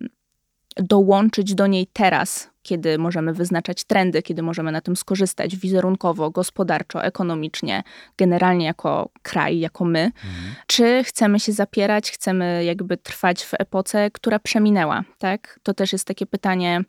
dołączyć do niej teraz, kiedy możemy wyznaczać trendy, kiedy możemy na tym skorzystać wizerunkowo, gospodarczo, ekonomicznie, generalnie jako kraj, jako my. Mhm. Czy chcemy się zapierać, chcemy jakby trwać w epoce, która przeminęła, tak? To też jest takie pytanie.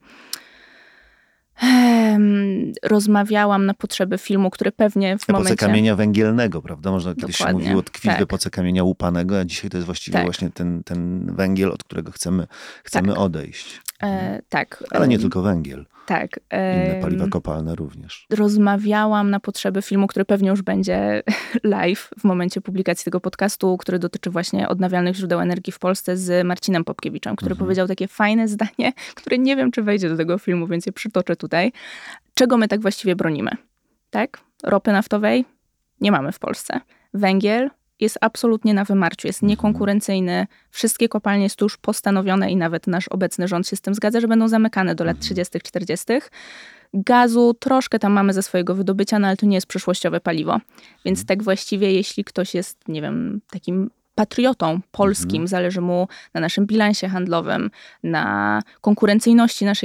Hmm, rozmawiałam na potrzeby filmu, który pewnie w epoce momencie... Epoce kamienia węgielnego, prawda? Można kiedyś się mówiło tkwi tak. w epoce kamienia łupanego, a dzisiaj to jest właściwie tak. właśnie ten, ten węgiel, od którego chcemy, chcemy tak. odejść. E, tak. Ale nie tylko węgiel. Tak. Inne paliwa kopalne również. Rozmawiałam na potrzeby filmu, który pewnie już będzie live w momencie publikacji tego podcastu, który dotyczy właśnie odnawialnych źródeł energii w Polsce z Marcinem Popkiewiczem, który mhm. powiedział takie fajne zdanie, które nie wiem, czy wejdzie do tego filmu, więc je przytoczę tutaj. Czego my tak właściwie bronimy? Tak? Ropy naftowej nie mamy w Polsce. Węgiel jest absolutnie na wymarciu, jest niekonkurencyjny. Wszystkie kopalnie jest tu już postanowione i nawet nasz obecny rząd się z tym zgadza, że będą zamykane do lat trzydziestych, czterdziestych. Gazu troszkę tam mamy ze swojego wydobycia, no ale to nie jest przyszłościowe paliwo. Więc tak właściwie, jeśli ktoś jest, nie wiem, takim patriotą polskim, mhm. zależy mu na naszym bilansie handlowym, na konkurencyjności naszej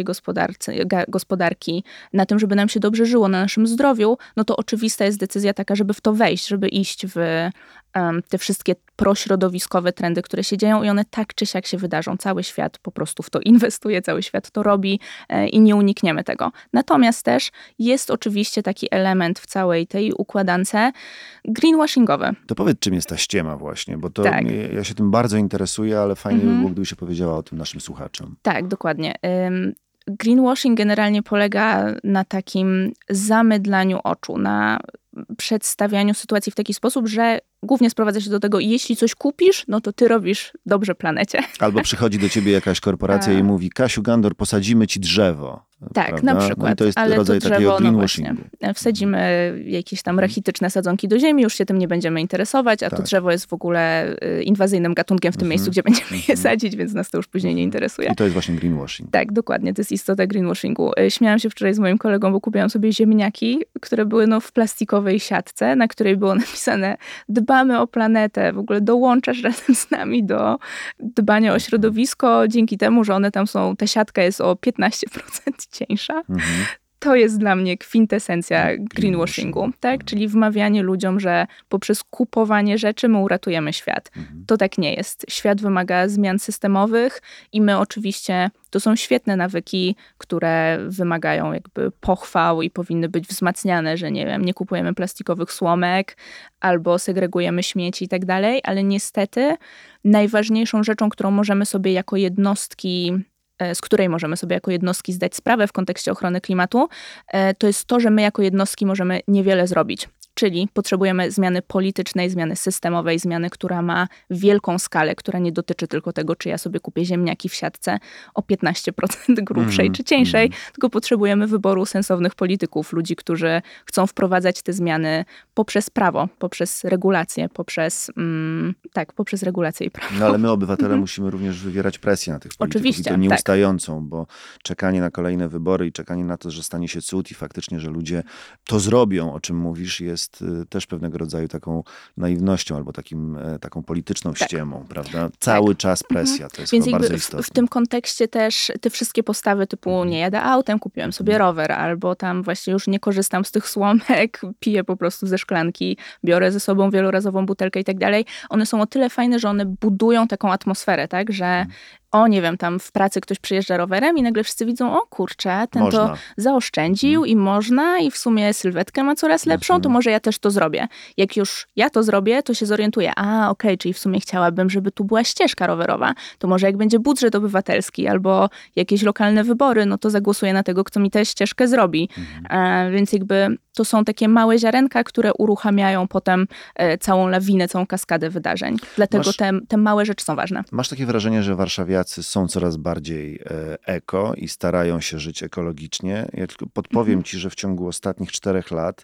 gospodarki, na tym, żeby nam się dobrze żyło, na naszym zdrowiu, no to oczywista jest decyzja taka, żeby w to wejść, żeby iść w um, te wszystkie prośrodowiskowe trendy, które się dzieją i one tak czy siak się wydarzą. Cały świat po prostu w to inwestuje, cały świat to robi e, i nie unikniemy tego. Natomiast też jest oczywiście taki element w całej tej układance greenwashingowy. To powiedz, czym jest ta ściema właśnie, bo to tak. mnie, ja się tym bardzo interesuję, ale fajnie mhm. by było, gdyby się powiedziała o tym naszym słuchaczom. Tak, dokładnie. Ym, greenwashing generalnie polega na takim zamydlaniu oczu, na przedstawianiu sytuacji w taki sposób, że głównie sprowadza się do tego, jeśli coś kupisz, no to ty robisz dobrze planecie. Albo przychodzi do ciebie jakaś korporacja A... i mówi, Kasiu Gandor, posadzimy ci drzewo. Tak, prawda? na przykład. No i to jest ale rodzaj to drzewo, takiego greenwashingu. No właśnie, wsadzimy jakieś tam rachityczne sadzonki do ziemi, już się tym nie będziemy interesować, a tak. to drzewo jest w ogóle inwazyjnym gatunkiem w tym mm-hmm. miejscu, gdzie będziemy mm-hmm. je sadzić, więc nas to już później nie interesuje. I to jest właśnie greenwashing. Tak, dokładnie. To jest istota greenwashingu. Śmiałam się wczoraj z moim kolegą, bo kupiłam sobie ziemniaki, które były no, w plastikowej siatce, na której było napisane dbamy o planetę, w ogóle dołączasz razem z nami do dbania o środowisko, dzięki temu, że one tam są, ta siatka jest o piętnaście procent cieńsza. Mhm. To jest dla mnie kwintesencja greenwashingu, tak? Czyli wmawianie ludziom, że poprzez kupowanie rzeczy my uratujemy świat. Mhm. To tak nie jest. Świat wymaga zmian systemowych i my oczywiście, to są świetne nawyki, które wymagają jakby pochwał i powinny być wzmacniane, że nie wiem, nie kupujemy plastikowych słomek albo segregujemy śmieci i tak dalej, ale niestety najważniejszą rzeczą, którą możemy sobie jako jednostki z której możemy sobie jako jednostki zdać sprawę w kontekście ochrony klimatu, to jest to, że my jako jednostki możemy niewiele zrobić. Czyli potrzebujemy zmiany politycznej, zmiany systemowej, zmiany, która ma wielką skalę, która nie dotyczy tylko tego, czy ja sobie kupię ziemniaki w siatce o piętnaście procent grubszej mm, czy cieńszej, mm. tylko potrzebujemy wyboru sensownych polityków, ludzi, którzy chcą wprowadzać te zmiany poprzez prawo, poprzez regulacje, poprzez mm, tak, poprzez regulacje i prawo. No ale my, obywatele, mm. musimy również wywierać presję na tych polityków. Oczywiście, i to nieustającą, tak. bo czekanie na kolejne wybory i czekanie na to, że stanie się cud i faktycznie, że ludzie to zrobią, o czym mówisz, jest też pewnego rodzaju taką naiwnością albo takim, taką polityczną tak. ściemą, prawda? Cały tak. czas presja, to jest Więc chyba bardzo w, istotne. W tym kontekście też te wszystkie postawy typu mhm. nie jadę autem, kupiłem sobie rower, albo tam właśnie już nie korzystam z tych słomek, piję po prostu ze szklanki, biorę ze sobą wielorazową butelkę i tak dalej. One są o tyle fajne, że one budują taką atmosferę, tak, że mhm. o, nie wiem, tam w pracy ktoś przyjeżdża rowerem i nagle wszyscy widzą, o kurczę, ten można. to zaoszczędził mm. i można i w sumie sylwetkę ma coraz lepszą, mm. to może ja też to zrobię. Jak już ja to zrobię, to się zorientuję, a okej, okay, czyli w sumie chciałabym, żeby tu była ścieżka rowerowa, to może jak będzie budżet obywatelski albo jakieś lokalne wybory, no to zagłosuję na tego, kto mi tę ścieżkę zrobi. Mm. E, więc jakby to są takie małe ziarenka, które uruchamiają potem e, całą lawinę, całą kaskadę wydarzeń. Dlatego masz, te, te małe rzeczy są ważne. Masz takie wrażenie, że warszawiacy są coraz bardziej eko i starają się żyć ekologicznie. Ja tylko podpowiem mhm. ci, że w ciągu ostatnich czterech lat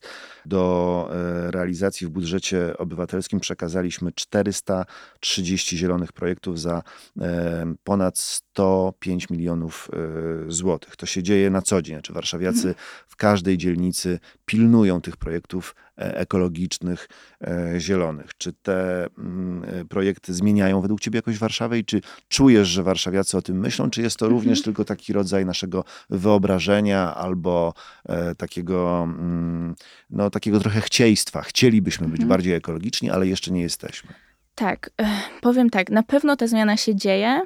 do realizacji w budżecie obywatelskim przekazaliśmy czterysta trzydzieści zielonych projektów za ponad sto pięć milionów złotych. To się dzieje na co dzień. Znaczy warszawiacy mhm. w każdej dzielnicy pilnują tych projektów ekologicznych, zielonych. Czy te projekty zmieniają według ciebie jakoś Warszawę i czy czujesz, że warszawiacy o tym myślą, czy jest to mhm. również tylko taki rodzaj naszego wyobrażenia albo e, takiego, mm, no, takiego trochę chcieństwa. Chcielibyśmy mhm. być bardziej ekologiczni, ale jeszcze nie jesteśmy. Tak, powiem tak, na pewno ta zmiana się dzieje.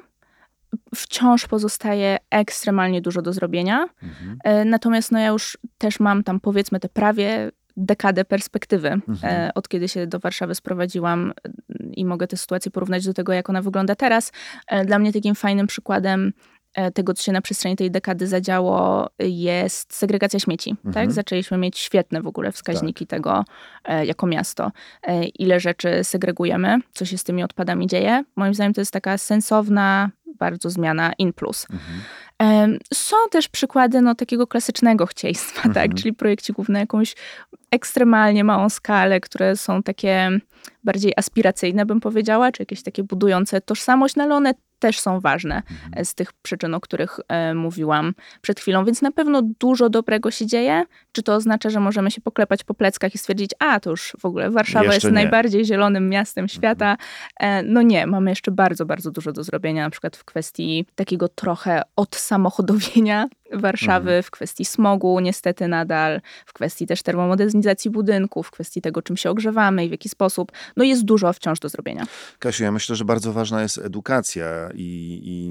Wciąż pozostaje ekstremalnie dużo do zrobienia. Mhm. Natomiast no ja już też mam tam powiedzmy te prawie dekadę perspektywy, mhm. e, od kiedy się do Warszawy sprowadziłam i mogę tę sytuację porównać do tego, jak ona wygląda teraz. E, dla mnie takim fajnym przykładem e, tego, co się na przestrzeni tej dekady zadziało, jest segregacja śmieci. Mhm. Tak? Zaczęliśmy mieć świetne w ogóle wskaźniki tak. tego e, jako miasto. E, ile rzeczy segregujemy, co się z tymi odpadami dzieje. Moim zdaniem to jest taka sensowna bardzo zmiana in plus. Mhm. Są też przykłady no, takiego klasycznego chcieństwa, mhm. tak? Czyli projekcików na jakąś ekstremalnie małą skalę, które są takie bardziej aspiracyjne, bym powiedziała, czy jakieś takie budujące tożsamość, no ale one też są ważne mhm. z tych przyczyn, o których e, mówiłam przed chwilą. Więc na pewno dużo dobrego się dzieje. Czy to oznacza, że możemy się poklepać po pleckach i stwierdzić, a to już w ogóle Warszawa jeszcze jest nie. najbardziej zielonym miastem świata. E, no nie, mamy jeszcze bardzo, bardzo dużo do zrobienia, na przykład w kwestii takiego trochę odsamochodowienia Warszawy, mhm. w kwestii smogu niestety nadal, w kwestii też termomodernizacji budynków, w kwestii tego, czym się ogrzewamy i w jaki sposób. No jest dużo wciąż do zrobienia. Kasiu, ja myślę, że bardzo ważna jest edukacja i, i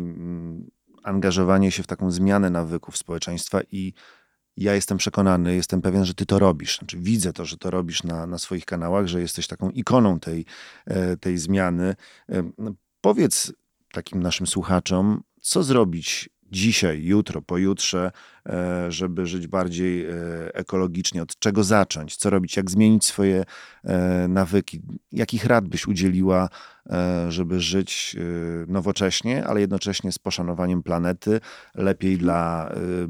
angażowanie się w taką zmianę nawyków społeczeństwa i ja jestem przekonany, jestem pewien, że ty to robisz. Znaczy, widzę to, że to robisz na, na swoich kanałach, że jesteś taką ikoną tej, tej zmiany. Powiedz takim naszym słuchaczom, co zrobić dzisiaj, jutro, pojutrze, żeby żyć bardziej ekologicznie, od czego zacząć, co robić, jak zmienić swoje nawyki, jakich rad byś udzieliła, żeby żyć nowocześnie, ale jednocześnie z poszanowaniem planety, lepiej dla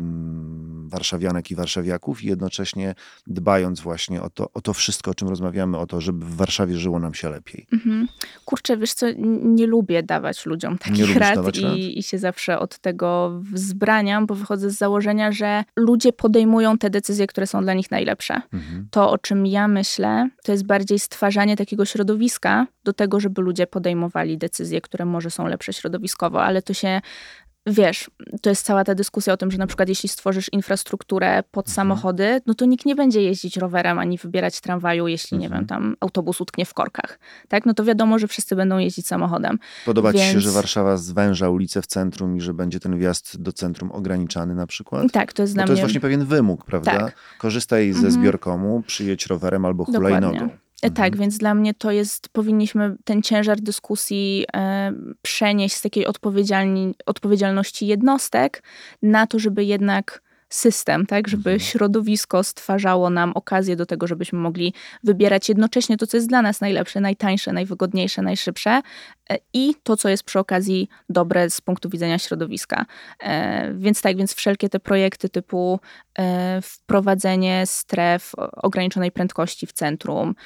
warszawianek i warszawiaków i jednocześnie dbając właśnie o to, o to wszystko, o czym rozmawiamy, o to, żeby w Warszawie żyło nam się lepiej. Mhm. Kurczę, wiesz co, nie lubię dawać ludziom takich rad i, i się zawsze od tego wzbraniam, bo wychodzę z założenia, że ludzie podejmują te decyzje, które są dla nich najlepsze. Mhm. To, o czym ja myślę, to jest bardziej stwarzanie takiego środowiska do tego, żeby ludzie podejmowali decyzje, które może są lepsze środowiskowo, ale to się, wiesz, to jest cała ta dyskusja o tym, że na przykład jeśli stworzysz infrastrukturę pod mhm. samochody, no to nikt nie będzie jeździć rowerem, ani wybierać tramwaju, jeśli, mhm. nie wiem, tam autobus utknie w korkach. Tak? No to wiadomo, że wszyscy będą jeździć samochodem. Podoba Więc... ci się, że Warszawa zwęża ulice w centrum i że będzie ten wjazd do centrum ograniczany na przykład? Tak, to jest Bo dla to mnie... jest właśnie pewien wymóg, prawda? Tak. Korzystaj ze mhm. zbiorkomu, przyjedź rowerem albo hulajnogą. Dokładnie. Tak, mhm. więc dla mnie to jest, powinniśmy ten ciężar dyskusji e, przenieść z takiej odpowiedzialności jednostek na to, żeby jednak system, tak, żeby mhm. środowisko stwarzało nam okazję do tego, żebyśmy mogli wybierać jednocześnie to, co jest dla nas najlepsze, najtańsze, najwygodniejsze, najszybsze e, i to, co jest przy okazji dobre z punktu widzenia środowiska. E, więc tak, więc wszelkie te projekty typu e, wprowadzenie stref ograniczonej prędkości w centrum,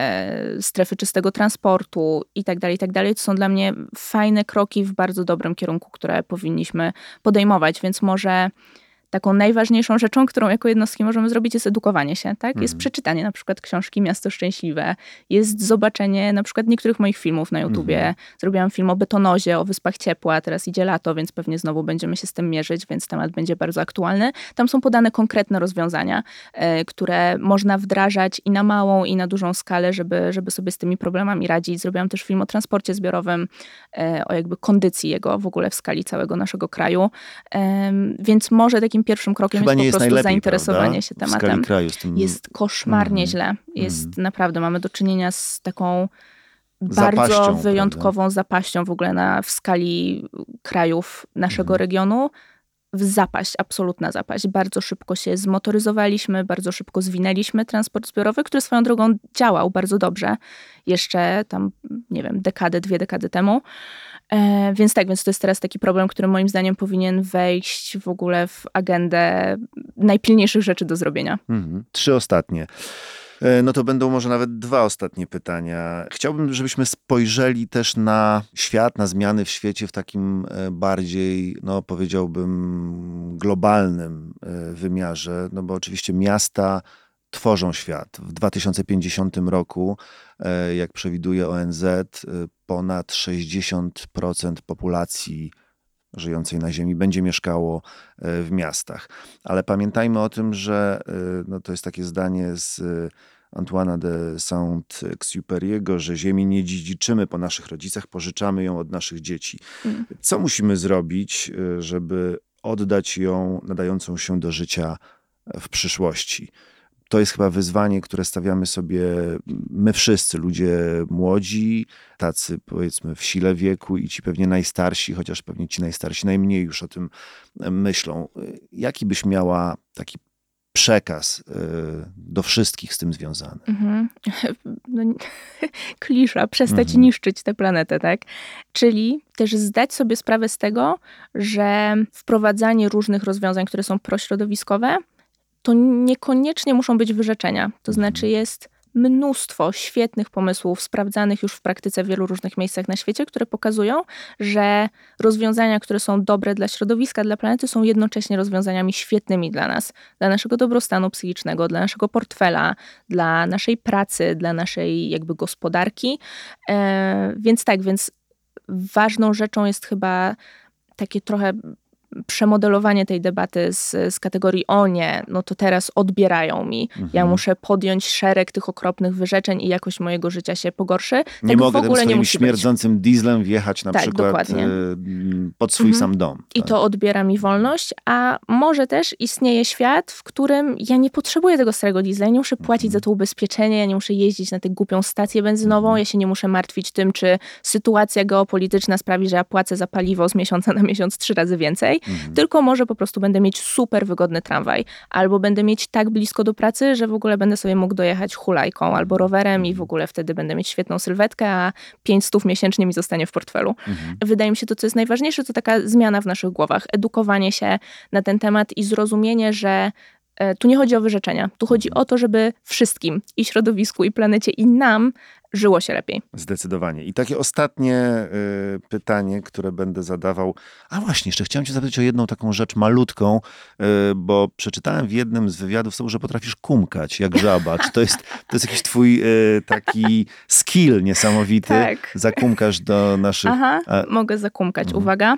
e, strefy czystego transportu i tak dalej, i tak dalej, to są dla mnie fajne kroki w bardzo dobrym kierunku, które powinniśmy podejmować, więc może taką najważniejszą rzeczą, którą jako jednostki możemy zrobić, jest edukowanie się, tak? Jest mm. przeczytanie na przykład książki Miasto Szczęśliwe, jest zobaczenie na przykład niektórych moich filmów na YouTubie. Mm. Zrobiłam film o betonozie, o Wyspach Ciepła, teraz idzie lato, więc pewnie znowu będziemy się z tym mierzyć, więc temat będzie bardzo aktualny. Tam są podane konkretne rozwiązania, e, które można wdrażać i na małą, i na dużą skalę, żeby, żeby sobie z tymi problemami radzić. Zrobiłam też film o transporcie zbiorowym, e, o jakby kondycji jego w ogóle w skali całego naszego kraju. E, więc może takim pierwszym krokiem Chyba jest po prostu jest zainteresowanie prawda? się tematem. W skali kraju z tym... Jest koszmarnie mm. źle. Jest mm. naprawdę, mamy do czynienia z taką zapaścią, bardzo wyjątkową prawda? zapaścią w ogóle na, w skali krajów naszego mm. regionu. W zapaść, absolutna zapaść. Bardzo szybko się zmotoryzowaliśmy, bardzo szybko zwinęliśmy transport zbiorowy, który swoją drogą działał bardzo dobrze. Jeszcze tam, nie wiem, dekadę, dwie dekady temu. E, więc tak, więc to jest teraz taki problem, który moim zdaniem powinien wejść w ogóle w agendę najpilniejszych rzeczy do zrobienia. Mhm. Trzy ostatnie. No to będą może nawet dwa ostatnie pytania. Chciałbym, żebyśmy spojrzeli też na świat, na zmiany w świecie w takim bardziej, no powiedziałbym, globalnym wymiarze. No bo oczywiście miasta tworzą świat. W dwa tysiące pięćdziesiątym roku, jak przewiduje O N Z, ponad sześćdziesiąt procent populacji żyjącej na ziemi będzie mieszkało w miastach. Ale pamiętajmy o tym, że no to jest takie zdanie z Antoine'a de Saint-Exupéry'ego, że ziemi nie dziedziczymy po naszych rodzicach, pożyczamy ją od naszych dzieci. Mm. Co musimy zrobić, żeby oddać ją nadającą się do życia w przyszłości? To jest chyba wyzwanie, które stawiamy sobie my wszyscy, ludzie młodzi, tacy powiedzmy w sile wieku i ci pewnie najstarsi, chociaż pewnie ci najstarsi najmniej już o tym myślą. Jaki byś miała taki przekaz y, do wszystkich z tym związany? Mhm. No, klisza, przestać Mhm. niszczyć tę planetę, tak? Czyli też zdać sobie sprawę z tego, że wprowadzanie różnych rozwiązań, które są prośrodowiskowe, to niekoniecznie muszą być wyrzeczenia. To znaczy jest mnóstwo świetnych pomysłów sprawdzanych już w praktyce w wielu różnych miejscach na świecie, które pokazują, że rozwiązania, które są dobre dla środowiska, dla planety, są jednocześnie rozwiązaniami świetnymi dla nas, dla naszego dobrostanu psychicznego, dla naszego portfela, dla naszej pracy, dla naszej jakby gospodarki. E, więc tak, więc ważną rzeczą jest chyba takie trochę przemodelowanie tej debaty z, z kategorii o nie, no to teraz odbierają mi. Mhm. Ja muszę podjąć szereg tych okropnych wyrzeczeń i jakość mojego życia się pogorszy. Nie tak mogę w ogóle tym nie swoim musi śmierdzącym być. dieslem wjechać na tak, przykład dokładnie. pod swój mhm. sam dom. Tak? I to odbiera mi wolność, a może też istnieje świat, w którym ja nie potrzebuję tego starego diesla, ja nie muszę płacić mhm. za to ubezpieczenie, ja nie muszę jeździć na tę głupią stację benzynową, mhm. ja się nie muszę martwić tym, czy sytuacja geopolityczna sprawi, że ja płacę za paliwo z miesiąca na miesiąc trzy razy więcej, mhm. tylko może po prostu będę mieć super wygodny tramwaj, albo będę mieć tak blisko do pracy, że w ogóle będę sobie mógł dojechać hulajką albo rowerem i w ogóle wtedy będę mieć świetną sylwetkę, a pięć stów miesięcznie mi zostanie w portfelu. Mhm. Wydaje mi się to, co jest najważniejsze, to taka zmiana w naszych głowach, edukowanie się na ten temat i zrozumienie, że tu nie chodzi o wyrzeczenia. Tu chodzi o to, żeby wszystkim, i środowisku, i planecie, i nam żyło się lepiej. Zdecydowanie. I takie ostatnie y, pytanie, które będę zadawał. A właśnie, jeszcze chciałem cię zapytać o jedną taką rzecz malutką, y, bo przeczytałem w jednym z wywiadów, że potrafisz kumkać jak żaba. Czy to jest, to jest jakiś twój y, taki skill niesamowity? Tak. Zakumkasz do naszych... Aha, a... mogę zakumkać. Mhm. Uwaga.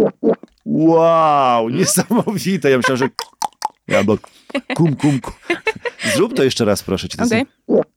Wow, niesamowite. Ja myślałem, że... Ja, bo kum, kum, kum. Zrób to jeszcze raz, proszę cię. Okay.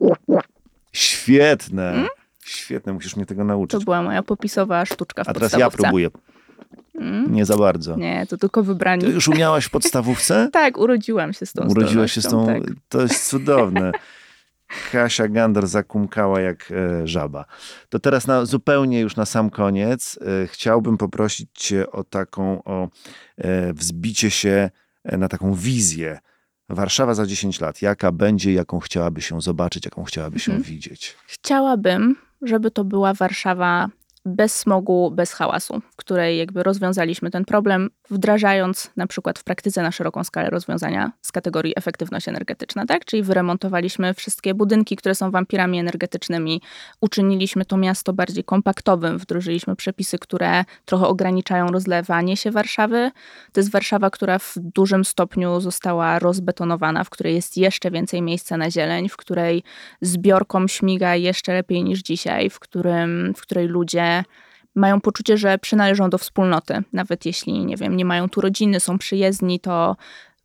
Świetne. Mm? Świetne, musisz mnie tego nauczyć. To była moja popisowa sztuczka w A teraz podstawówce. ja próbuję. Mm? Nie za bardzo. Nie, to tylko wybrani. Ty już umiałaś w podstawówce? Tak, urodziłam się z tą Urodziłaś się z tą... Tak. To jest cudowne. Kasia Gandor zakumkała jak e, żaba. To teraz na, zupełnie już na sam koniec e, chciałbym poprosić cię o taką, o e, wzbicie się na taką wizję. Warszawa za dziesięć lat. Jaka będzie, jaką chciałaby się zobaczyć, jaką chciałaby się mhm. widzieć? Chciałabym, żeby to była Warszawa bez smogu, bez hałasu, w której jakby rozwiązaliśmy ten problem, wdrażając na przykład w praktyce na szeroką skalę rozwiązania z kategorii efektywność energetyczna, tak? Czyli wyremontowaliśmy wszystkie budynki, które są wampirami energetycznymi, uczyniliśmy to miasto bardziej kompaktowym, wdrożyliśmy przepisy, które trochę ograniczają rozlewanie się Warszawy. To jest Warszawa, która w dużym stopniu została rozbetonowana, w której jest jeszcze więcej miejsca na zieleń, w której zbiorkom śmiga jeszcze lepiej niż dzisiaj, w którym, w której ludzie mają poczucie, że przynależą do wspólnoty. Nawet jeśli, nie wiem, nie mają tu rodziny, są przyjezdni, to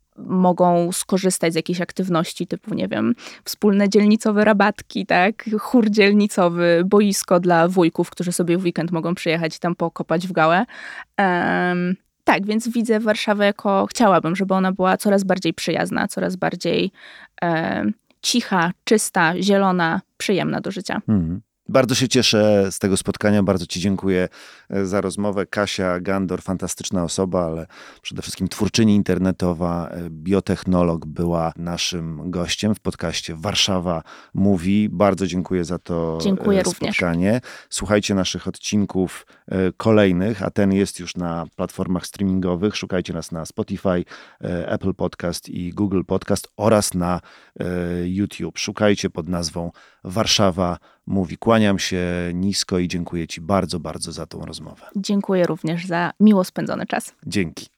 mogą skorzystać z jakiejś aktywności typu, nie wiem, wspólne dzielnicowe rabatki, tak? Chór dzielnicowy, boisko dla wujków, którzy sobie w weekend mogą przyjechać i tam pokopać w gałę. Um, tak, więc widzę Warszawę jako, chciałabym, żeby ona była coraz bardziej przyjazna, coraz bardziej um, cicha, czysta, zielona, przyjemna do życia. Mhm. Bardzo się cieszę z tego spotkania, bardzo ci dziękuję za rozmowę. Kasia Gandor, fantastyczna osoba, ale przede wszystkim twórczyni internetowa, biotechnolog, była naszym gościem w podcaście Warszawa Mówi. Bardzo dziękuję za to dziękuję spotkanie. Również. Słuchajcie naszych odcinków kolejnych, a ten jest już na platformach streamingowych. Szukajcie nas na Spotify, Apple Podcast i Google Podcast oraz na YouTube. Szukajcie pod nazwą Warszawa Mówi. Kłaniam się nisko i dziękuję ci bardzo, bardzo za tą rozmowę. Dziękuję również za miło spędzony czas. Dzięki.